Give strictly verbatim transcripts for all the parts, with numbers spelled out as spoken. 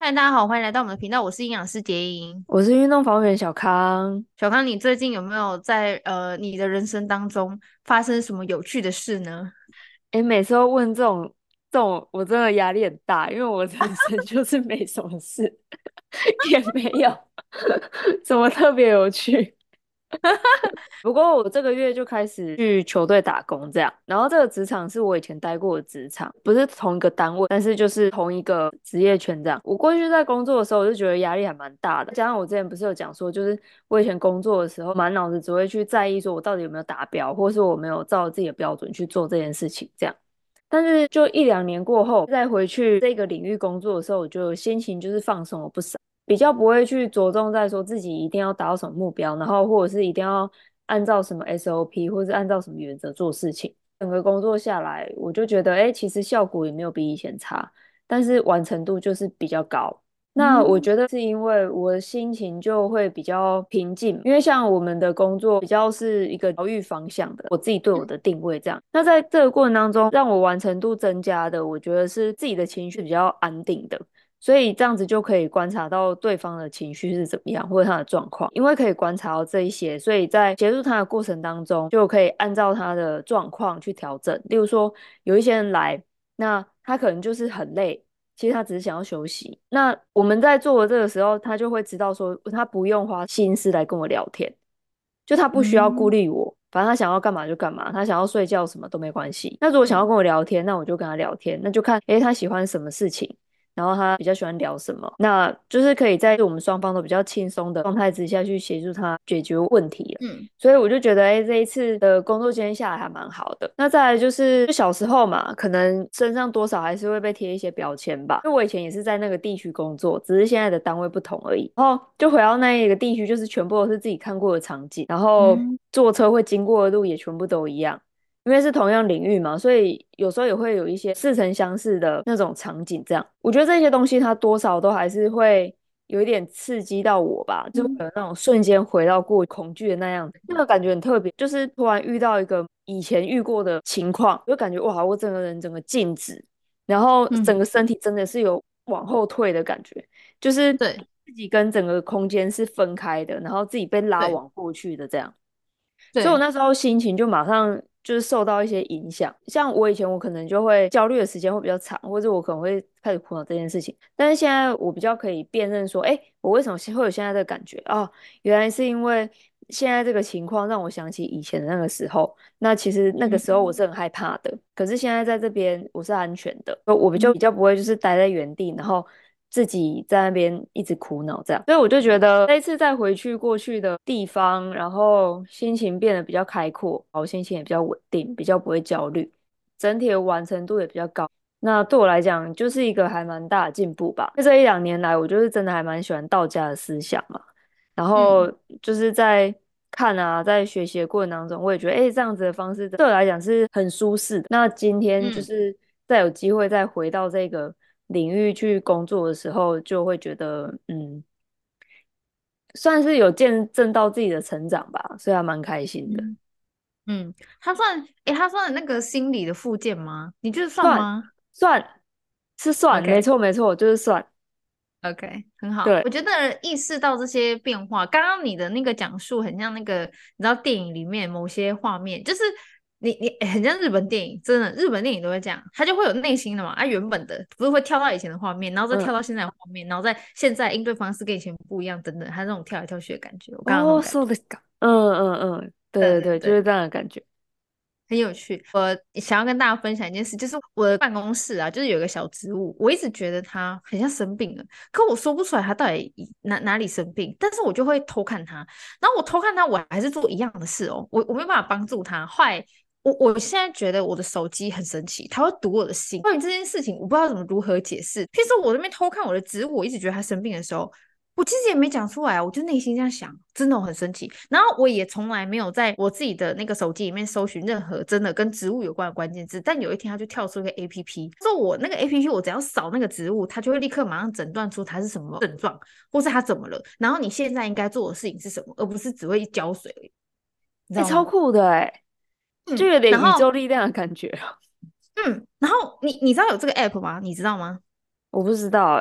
嗨，大家好，欢迎来到我们的频道，我是营养师杰英。 我是运动防护员小康。 小康，你最近有没有在呃你的人生当中发生什么有趣的事呢？ 诶，每次都问这种这种，我真的压力很大，因为我人生就是没什么事，也没有什么特别有趣。不过我这个月就开始去球队打工，这样。然后这个职场是我以前待过的职场，不是同一个单位，但是就是同一个职业圈这样。我过去在工作的时候，我就觉得压力还蛮大的。加上我之前不是有讲说，就是我以前工作的时候，满脑子只会去在意说我到底有没有达标，或是我没有照自己的标准去做这件事情，这样。但是就一两年过后，再回去这个领域工作的时候，我就心情就是放松了不少。比较不会去着重在说自己一定要达到什么目标，然后或者是一定要按照什么 S O P，或是按照什么原则做事情。整个工作下来，我就觉得，哎，其实效果也没有比以前差，但是完成度就是比较高。那我嗯觉得是因为我的心情就会比较平静，因为像我们的工作比较是一个疗愈方向的，我自己对我的定位这样。那在这个过程当中，让我完成度增加的，我觉得是自己的情绪比较安定的。所以这样子就可以观察到对方的情绪是怎么样，或者他的状况。因为可以观察到这一些，所以在协助他的过程当中，就可以按照他的状况去调整。例如说，有一些人来，那他可能就是很累，其实他只是想要休息。那我们在做的这个时候，他就会知道说，他不用花心思来跟我聊天，就他不需要顾嗯虑我。反正他想要干嘛就干嘛，他想要睡觉什么都没关系。那如果想要嗯跟我聊天，那我就跟他聊天，那就看诶他喜欢什么事情，然后他比较喜欢聊什么，那就是可以在我们双方都比较轻松的状态之下去协助他解决问题了。 嗯所以我就觉得，哎，这一次的工作经验下来还蛮好的。那再来就是，就小时候嘛，可能身上多少还是会被贴一些标签吧。因为我以前也是在那个地区工作，只是现在的单位不同而已。然后就回到那一个地区，就是全部都是自己看过的场景，然后嗯坐车会经过的路也全部都一样。因为是同样领域嘛，所以有时候也会有一些似曾相识的那种场景。这样，我觉得这些东西它多少都还是会有一点刺激到我吧，就会嗯有那种瞬间回到过恐惧的那样子，那个感觉很特别，就是突然遇到一个以前遇过的情况，就感觉哇，我整个人整个静止，然后整嗯， 个身体真的是有往后退的感觉，就是对自己跟整个空间是分开的，然后自己被拉对往过去的这样。所以我对， 那时候心情就马上就是受到一些影响，像我以前我可能就会焦虑的时间会比较长，或者我可能会开始苦恼这件事情，但是现在我比较可以辨认说，哎，我为什么会有现在的感觉啊？原来是因为现在这个情况让我想起以前的那个时候，那其实那个时候我嗯是很害怕的，可是现在在这边我是安全的，我比较嗯比较不会就是待在原地，然后自己在那边一直苦恼这样，所以我就觉得这一次再回去过去的地方，然后心情变得比较开阔，然后心情也比较稳定，比较不会焦虑，整体的完成度也比较高。那对我来讲，就是一个还蛮大的进步吧。这一两年来，我就是真的还蛮喜欢道家的思想嘛，然后嗯就是在看啊，在学习的过程当中，我也觉得，哎，这样子的方式对我来讲是很舒适的。那今天就嗯是再有机会再回到这个领域去工作的时候，就会觉得，嗯，算是有见证到自己的成长吧，所以还蛮开心的。 嗯嗯，他算诶，他算那个心理的附件吗？你觉得算算吗算是算，没 ？OK， 错没错，就是算。 OK，很好。 对， 我觉得意识到这些变化，刚刚你的那个讲述很像那个，你知道电影里面某些画面，就是你你诶很像日本电影，真的日本电影都会这样，它就会有内心的嘛，啊原本的不是会跳到以前的画面，然后再嗯， 跳到现在的画面，然后在现在应对方式跟以前不一样等等，它那种跳来跳去的感觉，我刚刚那种哦， 感觉， そうですか。嗯嗯嗯，对对对，就是对对对。 这样的感觉。 很有趣。我想要跟大家分享一件事，就是我的办公室啊，就是有一个小植物，我一直觉得它很像生病了，可我说不出来它到底哪哪里生病，但是我就会偷看它，然后我偷看它，我还是做一样的事哦，我我没有办法帮助它。后来我我现在觉得我的手机很神奇，它会读我的心。关于这件事情，我不知道怎么如何解释。譬如说我那边偷看我的植物，我一直觉得它生病的时候，我其实也没讲出来啊，我就内心这样想，真的很生气。然后我也从来没有在我自己的那个手机里面搜寻任何真的跟植物有关的关键字，但有一天它就跳出一个 A P P，说我那个 A P P 我只要扫那个植物，它就会立刻马上诊断出它是什么症状，或是它怎么了，然后你现在应该做的事情是什么，而不是只会浇水而已，你知哎， 道吗？ 超酷的哎，就嗯， 有点宇宙然后力量的感觉。 嗯，然后你你知道有这个 app 吗？你知道吗？ 我不知道哎，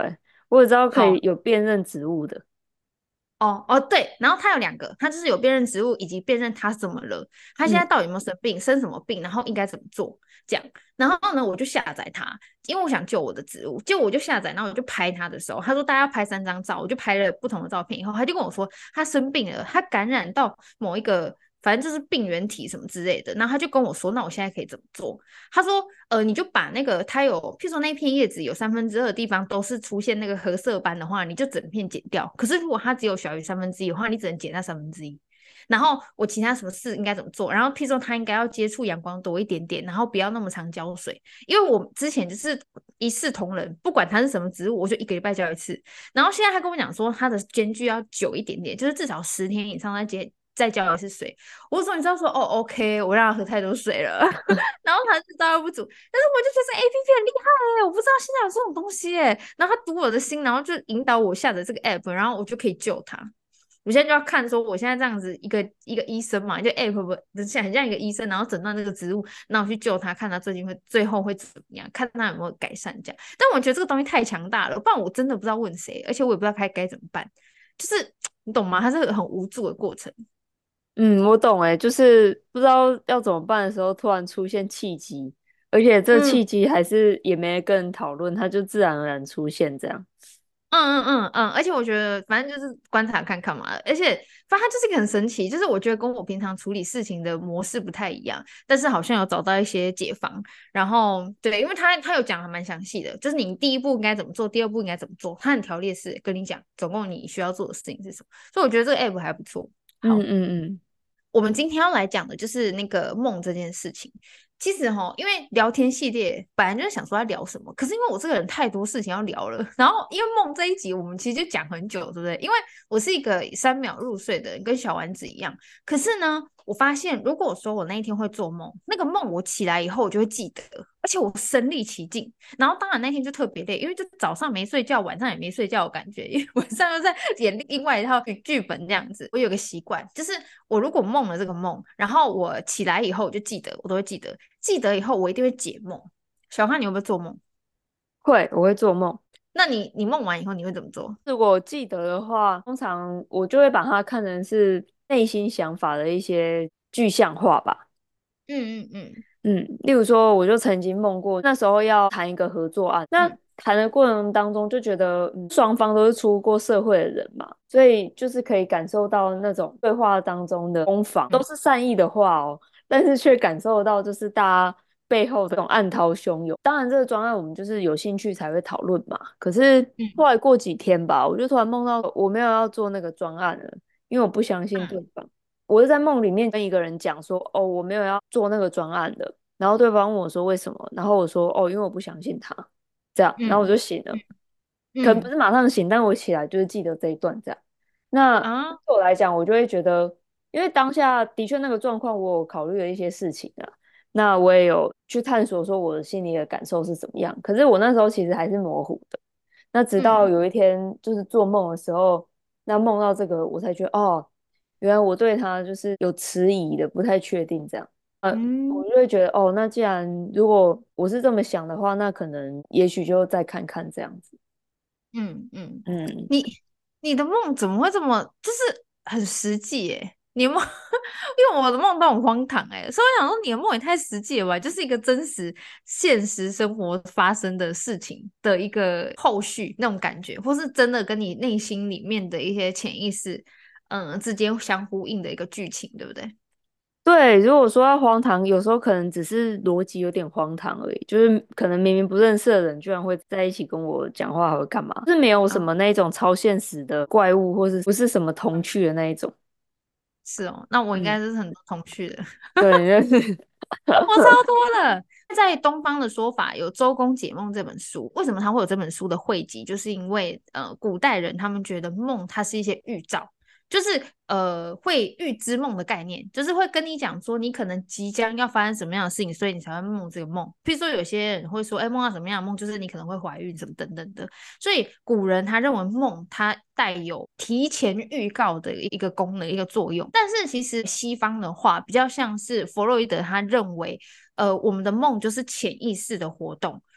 我也知道可以好。 有辨认植物的。 哦哦，对，然后他有两个，他就是有辨认植物以及辨认他怎么了，他现在嗯到底有没有生病，生什么病，然后应该怎么做，这样。然后呢，我就下载它，因为我想救我的植物，结果我就下载，然后我就拍它的时候，他说大家要拍三张照，我就拍了不同的照片，以后他就跟我说他生病了，他感染到某一个，反正就是病原体什么之类的，然后他就跟我说，那我现在可以怎么做？他说，呃，你就把那个它有，譬如说那片叶子有三分之二的地方都是出现那个褐色斑的话，你就整片剪掉。可是如果它只有小于三分之一的话，你只能剪那三分之一。然后我其他什么事应该怎么做？然后譬如说它应该要接触阳光多一点点，然后不要那么常浇水，因为我之前就是一视同仁，不管它是什么植物，我就一个礼拜浇一次。然后现在他跟我讲说，它的间距要久一点点，就是至少十天以上再接再浇一次水。我说你知道说哦，OK，我让他喝太多水了。然后他是照料不足，但是我就觉得 A P P 很厉害哎，我不知道现在有这种东西哎，然后他读我的心，然后就引导我下载这个 app，然后我就可以救他。我现在就要看说，我现在这样子一个一个医生嘛，就 app 不很像一个医生，然后诊断这个植物，然后去救他，看他最近会最后会怎么样，看他有没有改善这样。但我觉得这个东西太强大了，不然我真的不知道问谁，而且我也不知道该该怎么办，就是你懂吗？它是个很无助的过程。 嗯，我懂诶，就是不知道要怎么办的时候，突然出现契机，而且这嗯， 契机还是也没跟人讨论，它就自然而然出现这样。 嗯嗯嗯嗯，而且我觉得反正就是观察看看嘛，而且反正它就是一个很神奇，就是我觉得跟我平常处理事情的模式不太一样，但是好像有找到一些解方。然后对，因为他他有讲还蛮详细的，就是你第一步应该怎么做，第二步应该怎么做，他很条列式跟你讲总共你需要做的事情是什么，所以我觉得这个 app 还不错。 嗯好， 嗯嗯。 我们今天要来讲的就是那个梦这件事情。其实哈，因为聊天系列本来就是想说要聊什么，可是因为我这个人太多事情要聊了，然后因为梦这一集我们其实就讲很久，对不对？因为我是一个三秒入睡的人，跟小丸子一样。可是呢，我发现如果我说我那一天会做梦，那个梦我起来以后我就会记得，而且我身临其境。然后当然那天就特别累，因为就早上没睡觉，晚上也没睡觉的感觉，因为晚上又在演另外一套剧本这样子。我有个习惯，就是我如果梦了这个梦，然后我起来以后我就记得，我都会记得，记得以后我一定会解梦。小汉，你有没有做梦？ 会，我会做梦。 那你你梦完以后你会怎么做？ 如果记得的话，通常我就会把它看成是内心想法的一些具象化吧。 嗯嗯嗯嗯，例如说，我就曾经梦过，那时候要谈一个合作案，那嗯谈的过程当中就觉得，嗯，双方都是出过社会的人嘛，所以就是可以感受到那种对话当中的攻防，都嗯是善意的话哦，但是却感受到就是大家背后的这种暗涛汹涌。当然，这个专案我们就是有兴趣才会讨论嘛。可是后嗯来过几天吧，我就突然梦到我没有要做那个专案了，因为我不相信对嗯方。我是在梦里面跟一个人讲说，哦，我没有要做那个专案的。然后对方问我说为什么，然后我说哦，因为我不相信他，这样，然后我嗯就醒了，可能不嗯是马上醒，但我起来就是记得这一段这样。那啊对我来讲，我就会觉得，因为当下的确那个状况，我有考虑了一些事情啊，那我也有去探索说我的心里的感受是怎么样，可是我那时候其实还是模糊的。那直到嗯有一天就是做梦的时候，那梦到这个，我才觉得哦，原来我对他就是有迟疑的，不太确定这样。呃，我嗯就会觉得哦，那既然如果我是这么想的话，那可能也许就再看看这样子。 嗯嗯， 嗯， 你你的梦怎么会这么就是很实际耶？你的梦，因为我的梦都很荒唐哎，所以我想说你的梦也太实际了吧，就是一个真实现实生活发生的事情的一个后续那种感觉，或是真的跟你内心里面的一些潜意识，嗯，之间相呼应的一个剧情，对不对？ 对，如果说要荒唐，有时候可能只是逻辑有点荒唐而已，就是可能明明不认识的人，居然会在一起跟我讲话，还会干嘛？就是没有什啊， 么那一种超现实的怪物，或是不是什么童趣的那一种。 是哦，那我应嗯， 该是很多童趣的。 对，就是我超多了。在东方的说法有《周公解梦》这本书，为什么它会有这本书的汇集？就是因为呃，古代人他们觉得梦它是一些预兆，就是呃会预知梦的概念，就是会跟你讲说你可能即将要发生什么样的事情，所以你才会梦这个梦。譬如说有些人会说，哎，梦到什么样的梦，就是你可能会怀孕什么等等的。所以古人他认为梦它带有提前预告的一个功能、一个作用。但是其实西方的话，比较像是弗洛伊德他认为，呃，我们的梦就是潜意识的活动。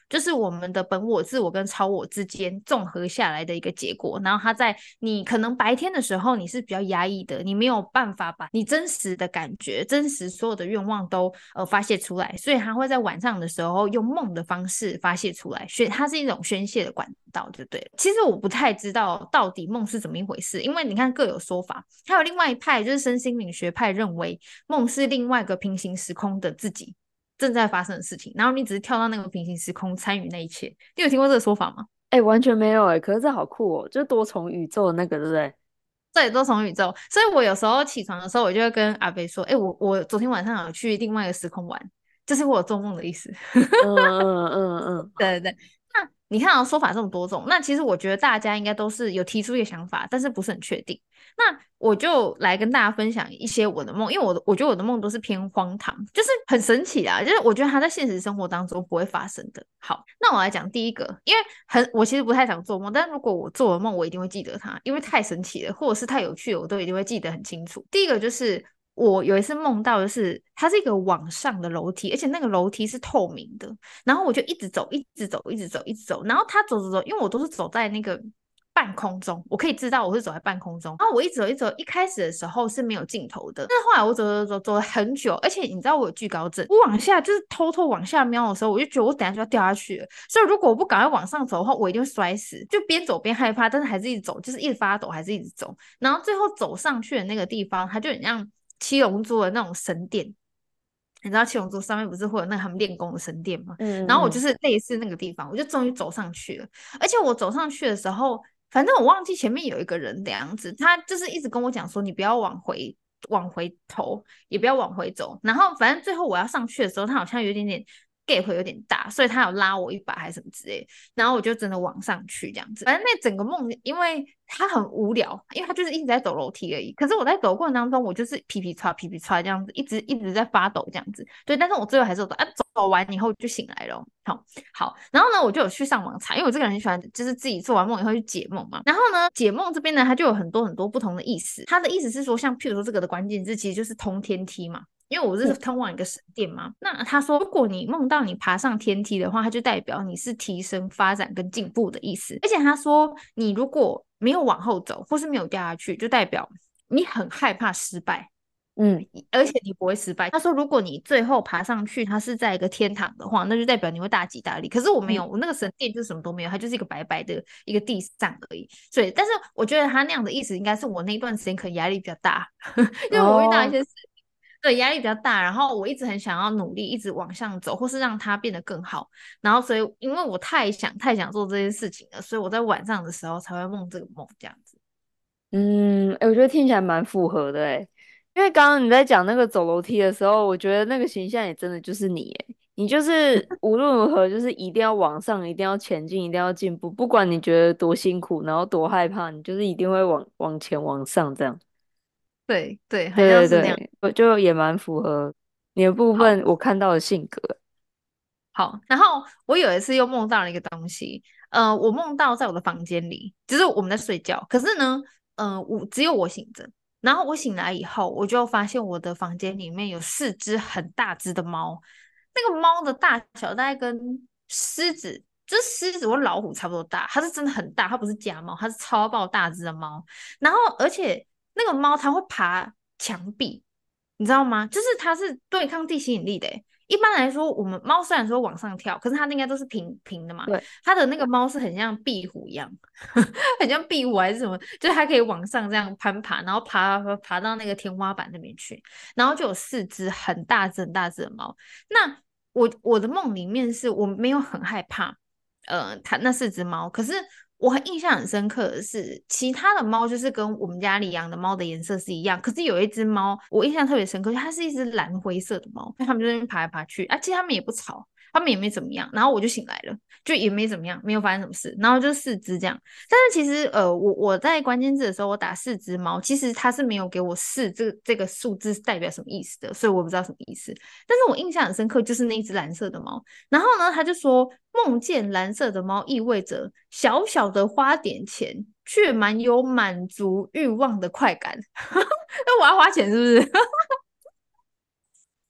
就是我们的本我、自我跟超我之间综合下来的一个结果。然后它在你可能白天的时候你是比较压抑的，你没有办法把你真实的感觉、真实所有的愿望都呃发泄出来，所以它会在晚上的时候用梦的方式发泄出来，宣它是一种宣泄的管道，就对了。其实我不太知道到底梦是怎么一回事，因为你看各有说法。还有另外一派就是身心灵学派认为梦是另外一个平行时空的自己正在发生的事情，然后你只是跳到那个平行时空参与那一切。你有听过这个说法吗？ 哎、欸完全没有哎、欸可是这好酷哦，就多重宇宙的那个，对不对？ 对，多重宇宙。所以我有时候起床的时候，我就会跟阿贝说：“哎、欸，我我昨天晚上有去另外一个时空玩，就是我有做梦的意思。” 嗯嗯嗯嗯， 对对对，那你看到说法这么多种，那其实我觉得大家应该都是有提出一个想法，但是不是很确定。那我就来跟大家分享一些我的梦，因为我的我觉得我的梦都是偏荒唐，就是很神奇啊，就是我觉得它在现实生活当中不会发生的。好，那我来讲第一个，因为很我其实不太想做梦，但如果我做了梦，我一定会记得它，因为太神奇了，或者是太有趣了，我都一定会记得很清楚。第一个就是我有一次梦到的是它是一个往上的楼梯，而且那个楼梯是透明的，然后我就一直走，一直走，一直走，一直走。然后他走走走，因为我都是走在那个半空中，我可以知道我是走在半空中。然后我一直走，一直走，一开始的时候是没有尽头的，但是后来我走走走走了很久，而且你知道我有惧高症，我往下就是偷偷往下瞄的时候，我就觉得我等下就要掉下去了。所以如果我不赶快往上走的话，我一定会摔死。就边走边害怕，但是还是一直走，就是一直发抖，还是一直走。然后最后走上去的那个地方，它就很像七龙珠的那种神殿。你知道七龙珠上面不是会有那个他们练功的神殿吗？然后我就嗯嗯是类似那个地方，我就终于走上去了。而且我走上去的时候，反正我忘记前面有一个人的样子，他就是一直跟我讲说，你不要往回往回头，也不要往回走。然后反正最后我要上去的时候，他好像有一点点 gap 有点大，所以他有拉我一把还是什么之类的。然后我就真的往上去这样子。反正那整个梦，因为它很无聊，因为它就是一直在走楼梯而已。可是我在走过程当中，我就是皮皮唰皮皮唰这样子，一直一直在发抖这样子。对，但是我最后还是走啊，走完以后就醒来了。好，好，然后呢，我就有去上网查，因为我这个人很喜欢，就是自己做完梦以后去解梦嘛。然后呢，解梦这边呢，它就有很多很多不同的意思。它的意思是说，像譬如说这个的关键字其实就是通天梯嘛。因为我是嗯， 通往一个神殿嘛，那他说，如果你梦到你爬上天梯的话，它就代表你是提升、发展跟进步的意思。而且他说，你如果没有往后走，或是没有掉下去，就代表你很害怕失败， 嗯而且你不会失败。他说，如果你最后爬上去，它是在一个天堂的话，那就代表你会大吉大利。可是我没有， 嗯我那个神殿就什么都没有，它就是一个白白的一个地上而已。所以，但是我觉得他那样的意思，应该是我那一段时间可能压力比较大，因为我遇到一哦， 些事。对，压力比较大，然后我一直很想要努力，一直往上走，或是让它变得更好。然后，所以因为我太想太想做这件事情了，所以我在晚上的时候才会梦这个梦，这样子。 嗯，哎、我觉得听起来蛮符合的哎，因为刚刚你在讲那个走楼梯的时候，我觉得那个形象也真的就是你哎，你就是无论如何就是一定要往上，一定要前进，一定要进步，不管你觉得多辛苦，然后多害怕，你就是一定会往往前往上这样。 对对，很像对对是那样。 对，我就也蛮符合你的部好， 分我看到的性格。 好，然后我有一次又梦到了一个东西，呃，我梦到在我的房间里，就是我们在睡觉，可是呢，呃，我只有我醒着，然后我醒来以后，我就发现我的房间里面有四只很大只的猫，那个猫的大小大概跟狮子，就是狮子或老虎差不多大，它是真的很大，它不是家猫，它是超爆大只的猫，然后而且那个猫它会爬墙壁，你知道吗？就是它是对抗地心引力的欸。一般来说，我们猫虽然说往上跳，可是它应该都是平平的嘛。 对， 它的那个猫是很像壁虎一样，很像壁虎还是什么，就是它可以往上这样攀爬，然后爬爬爬到那个天花板那边去，然后就有四只很大只很大只的猫。那我我的梦里面是我没有很害怕，呃，它那四只猫，可是我很印象很深刻的是，其他的猫就是跟我们家里养的猫的颜色是一样，可是有一只猫我印象特别深刻，它是一只蓝灰色的猫，它们就在那边爬来爬去，啊，其实它们也不吵，它们也没怎么样，然后我就醒来了，就也没怎么样，没有发生什么事，然后就四只这样。但是其实呃，我我在关键字的时候，我打四只猫，其实它是没有给我四这个这个数字代表什么意思的，所以我不知道什么意思。但是我印象很深刻，就是那一只蓝色的猫。然后呢，他就说梦见蓝色的猫意味着小小的花点钱，却蛮有满足欲望的快感。那我要花钱是不是？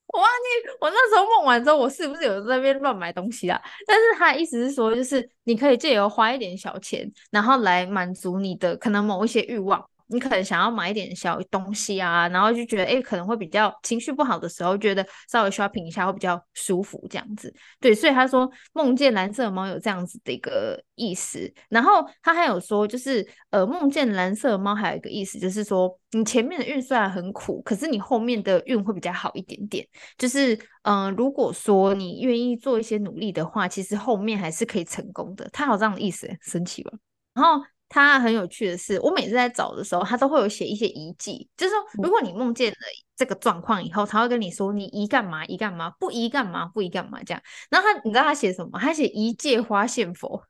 我忘记我那时候梦完之后，我是不是有在那边乱买东西啦？但是他的意思是说，就是你可以借由花一点小钱，然后来满足你的可能某一些欲望。你可能想要买一点小东西啊，然后就觉得哎，可能会比较情绪不好的时候，觉得稍微 shopping 一下会比较舒服这样子。对，所以他说梦见蓝色猫有这样子的一个意思，然后他还有说，就是呃，梦见蓝色猫还有一个意思，就是说你前面的运虽然很苦，可是你后面的运会比较好一点点。就是嗯、呃，如果说你愿意做一些努力的话，其实后面还是可以成功的。他有这样的意思，神奇吧？然后他很有趣的是，我每次在找的时候，他都会有写一些遗迹，就是说，如果你梦见了这个状况以后，他会跟你说你宜干嘛，宜干嘛，不宜干嘛，不宜干嘛这样。然后他，你知道他写什么吗？他写一介花献佛，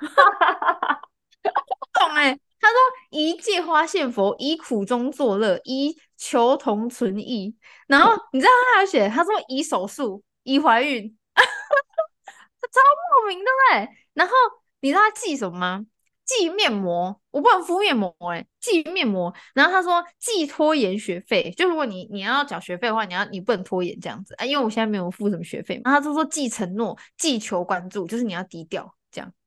懂哎、他说一介花献佛，以苦中作乐，以求同存异。然后你知道他还有写，他说以手术，以怀孕，超莫名，对不对？然后你知道他寄什么吗？寄面膜，我不能敷面膜哎、欸，寄面膜。然后他说寄拖延学费，就如果你你要缴学费的话，你要你不能拖延这样子啊，因为我现在没有付什么学费嘛。然后他就说寄承诺，寄求关注，就是你要低调这样，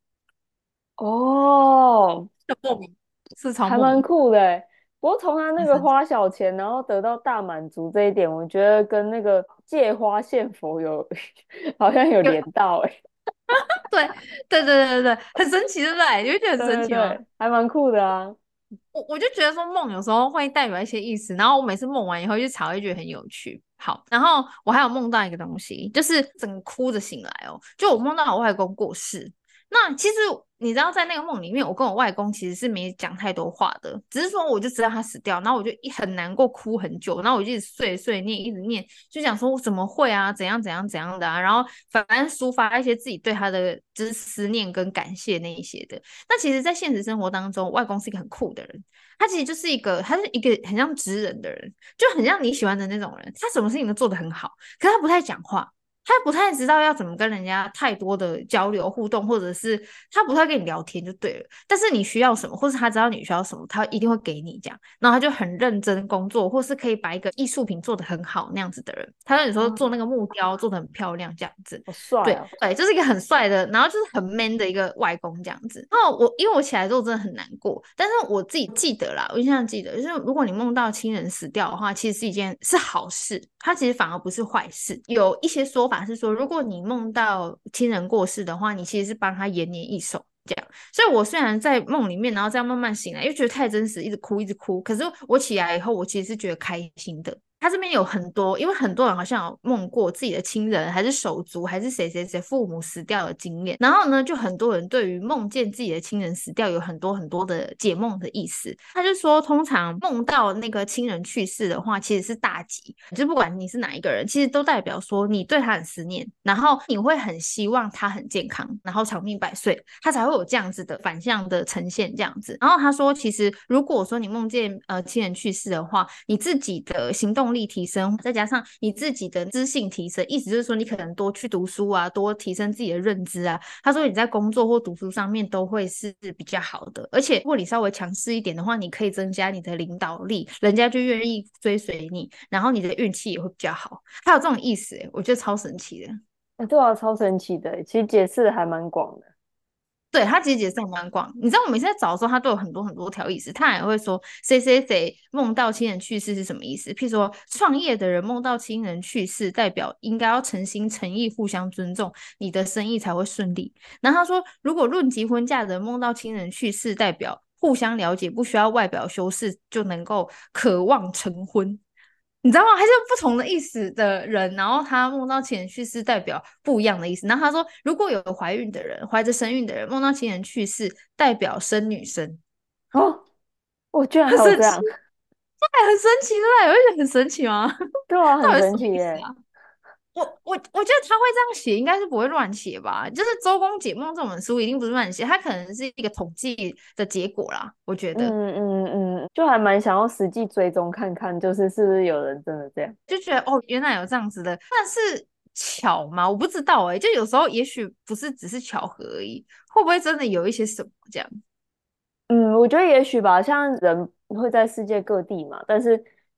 哦， 很莫名，是超还蛮莫名。 酷的欸。不过从他那个很神奇。 花小钱，然后得到大满足这一点，我觉得跟那个借花献佛有好像有有连到哎。 对对对对对，很神奇，对不对？你会觉得很对神奇吗？ 对对，还蛮酷的啊。 我我就觉得说梦有时候会代表一些意思，然后我每次梦完以后去查，会觉得很有趣。好，然后我还有梦到一个东西，就是整个哭着醒来哦，就我梦到我外公过世。那其实你知道，在那个梦里面，我跟我外公其实是没讲太多话的，只是说我就知道他死掉，然后我就一很难过，哭很久，然后我就一直碎碎念，一直念，就想说我怎么会啊，怎样怎样怎样的啊，然后反正抒发一些自己对他的就是思念跟感谢那一些的。那其实，在现实生活当中，外公是一个很酷的人，他其实就是一个，他是一个很像直人的人，就很像你喜欢的那种人。他什么事情都做得很好，可是他不太讲话，他不太知道要怎么跟人家太多的交流互动，或者是他不太跟你聊天就对了。但是你需要什么，或是他知道你需要什么，他一定会给你这样。然后他就很认真工作，或是可以把一个艺术品做得很好那样子的人。他有时候做那啊， 个木雕做得很漂亮这样子。 好帅对哦。 对，就是一个很帅的，然后就是很 man 的一个外公这样子。然后我因为我起来之后真的很难过，但是我自己记得啦，我印象记得，就是如果你梦到亲人死掉的话，其实是一件是好事，它其实反而不是坏事。有一些说法是说，如果你梦到亲人过世的话，你其实是帮他延年益寿。这样，所以我虽然在梦里面，然后这样慢慢醒来，又觉得太真实，一直哭，一直哭。可是我起来以后，我其实是觉得开心的。他这边有很多，因为很多人好像有梦过自己的亲人，还是手足，还是谁谁谁父母死掉的经验。然后呢，就很多人对于梦见自己的亲人死掉有很多很多的解梦的意思。他就说，通常梦到那个亲人去世的话，其实是大吉，就不管你是哪一个人，其实都代表说你对他很思念，然后你会很希望他很健康，然后长命百岁，他才会有这样子的反向的呈现这样子。然后他说，其实如果说你梦见呃亲人去世的话，你自己的行动力提升，再加上你自己的知性提升，意思就是说你可能多去读书啊，多提升自己的认知啊。他说你在工作或读书上面都会是比较好的，而且如果你稍微强势一点的话，你可以增加你的领导力，人家就愿意追随你，然后你的运气也会比较好。还有这种意思欸，我觉得超神奇的。 哎，对啊，超神奇的欸，其实解释的还蛮广的。 对，他其实解释还蛮广，你知道我每次在找的时候，他都有很多很多条意思。他也会说谁谁谁梦到亲人去世是什么意思？譬如说，创业的人梦到亲人去世，代表应该要诚心诚意、互相尊重，你的生意才会顺利。然后他说，如果论及婚嫁的人梦到亲人去世，代表互相了解，不需要外表修饰就能够渴望成婚。你知道吗？还是不同的意思的人，然后他梦到亲人去世，代表不一样的意思。然后他说，如果有怀孕的人，怀着身孕的人梦到亲人去世，代表生女生， 哦，我居然很神奇， 还有这样。 对，很神奇，对不对？我觉得很神奇吗？ 对啊， 到很神底是什么意思奇耶。 啊？我我我觉得他会这样写，应该是不会乱写吧？就是《周公解梦》这本书一定不是乱写，它可能是一个统计的结果啦。我觉得。 嗯嗯嗯，就还蛮想要实际追踪看看，就是是不是有人真的这样。 就觉得哦，原来有这样子的，但是巧吗？我不知道哎、欸就有时候也许不是只是巧合而已，会不会真的有一些什么这样？ 嗯，我觉得也许吧，像人会在世界各地嘛，但是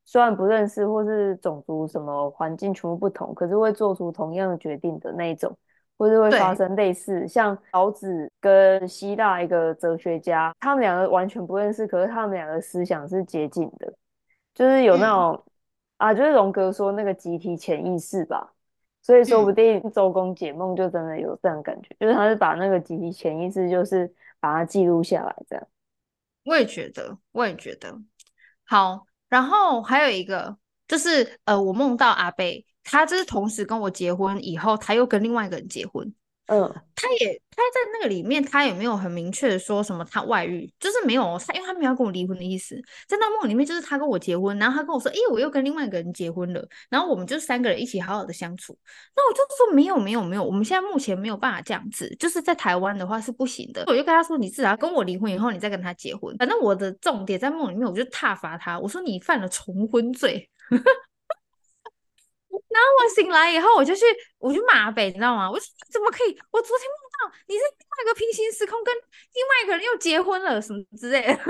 虽然不认识或是种族什么环境全部不同，可是会做出同样的决定的那一种，或是会发对， 生类似像老子跟希腊一个哲学家，他们两个完全不认识，可是他们两个思想是接近的，就是有那嗯种啊，就是荣格说那个集体潜意识吧。所以说不嗯， 定周公解梦就真的有这样的感觉，就是他是把那个集体潜意识，就是把它记录下来，这样。 我也觉得，我也觉得。好，然后还有一个就是呃，我梦到阿贝，他就是同时跟我结婚以后，他又跟另外一个人结婚。 嗯他也他在那个里面，他也没有很明确的说什么他外遇，就是没有他，因为他没有要跟我离婚的意思。在那梦里面，就是他跟我结婚，然后他跟我说：“诶，我又跟另外一个人结婚了。”然后我们就三个人一起好好的相处。那我就说：“没有，没有，没有，我们现在目前没有办法这样子，就是在台湾的话是不行的。”我就跟他说：“你至少要跟我离婚以后，你再跟他结婚。”反正我的重点在梦里面，我就挞伐他，我说：“你犯了重婚罪。”然后我醒来以后，我就去，我就骂北，你知道吗？我说你怎么可以？我昨天梦到你是另外一个平行时空，跟另外一个人又结婚了，什么之类的。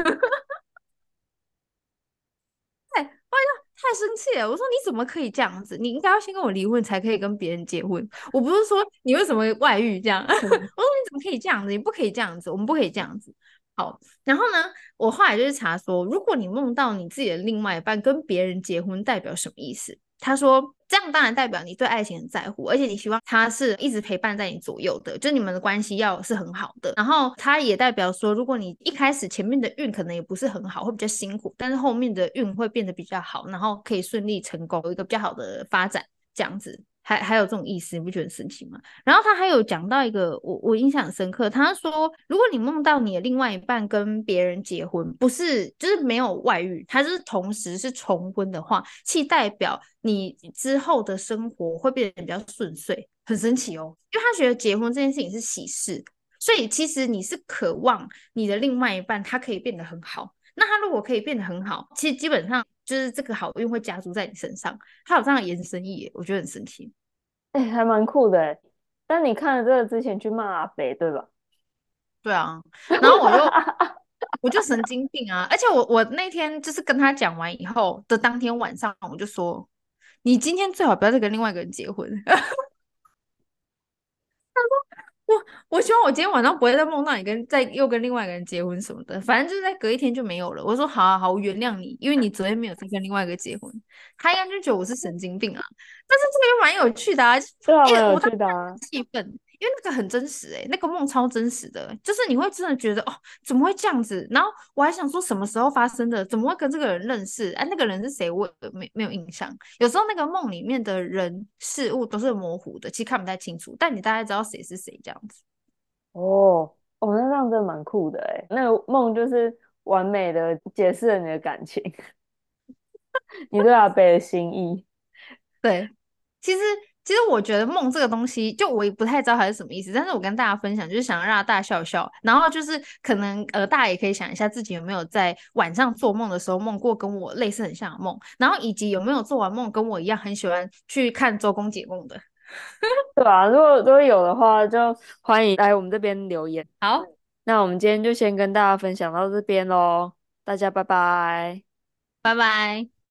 对，我就太生气了。我说你怎么可以这样子？你应该要先跟我离婚，才可以跟别人结婚。我不是说你为什么外遇这样，我说嗯， 你怎么可以这样子？你不可以这样子，我们不可以这样子。好，然后呢，我后来就是查说，如果你梦到你自己的另外一半跟别人结婚，代表什么意思？他说，这样当然代表你对爱情很在乎，而且你希望他是一直陪伴在你左右的，就你们的关系要是很好的。然后他也代表说，如果你一开始前面的运可能也不是很好，会比较辛苦，但是后面的运会变得比较好，然后可以顺利成功，有一个比较好的发展，这样子。还还有这种意思，你不觉得很神奇吗？然后他还有讲到一个我我印象很深刻，他说如果你梦到你的另外一半跟别人结婚，不是就是没有外遇，他就是同时是重婚的话，其代表你之后的生活会变得比较顺遂，很神奇哦。因为他觉得结婚这件事情是喜事，所以其实你是渴望你的另外一半他可以变得很好。那他如果可以变得很好，其实基本上就是这个好运会加注在你身上。他有这样的延伸意义，我觉得很神奇。 哎、还蛮酷的哎。但你看了这个之前去骂阿北，对吧？ 对啊，然后我就我就神经病啊！而且我我那天就是跟他讲完以后的当天晚上，我就说，你今天最好不要再跟另外一个人结婚。我我希望我今天晚上不会再梦到你跟再又跟另外一个人结婚什么的，反正就是在隔一天就没有了。我说好好好，我原谅你，因为你昨天没有再跟另外一个结婚。他应该就觉得我是神经病啊，但是这个又蛮有趣的啊， 对啊，蛮有因为我当时趣的啊。 气愤，因为那个很真实诶、欸那个梦超真实的，就是你会真的觉得哦，怎么会这样子？然后我还想说什么时候发生的，怎么会跟这个人认识？哎、啊，那个人是谁？我没没有印象。有时候那个梦里面的人事物都是模糊的，其实看不太清楚，但你大概知道谁是谁这样子。 哦哦，那这样真的蛮酷的哎。那个梦就是完美的解释了你的感情，你对阿北的心意。 对，其实其实我觉得梦这个东西，就我也不太知道它是什么意思，但是我跟大家分享，就是想让大家笑笑，然后就是可能呃，大家也可以想一下自己有没有在晚上做梦的时候梦过跟我类似很像的梦，然后以及有没有做完梦跟我一样很喜欢去看周公解梦的。 对啊，如果如果有的话，就欢迎来我们这边留言。 好， 那我们今天就先跟大家分享到这边喽，大家拜拜。 拜拜。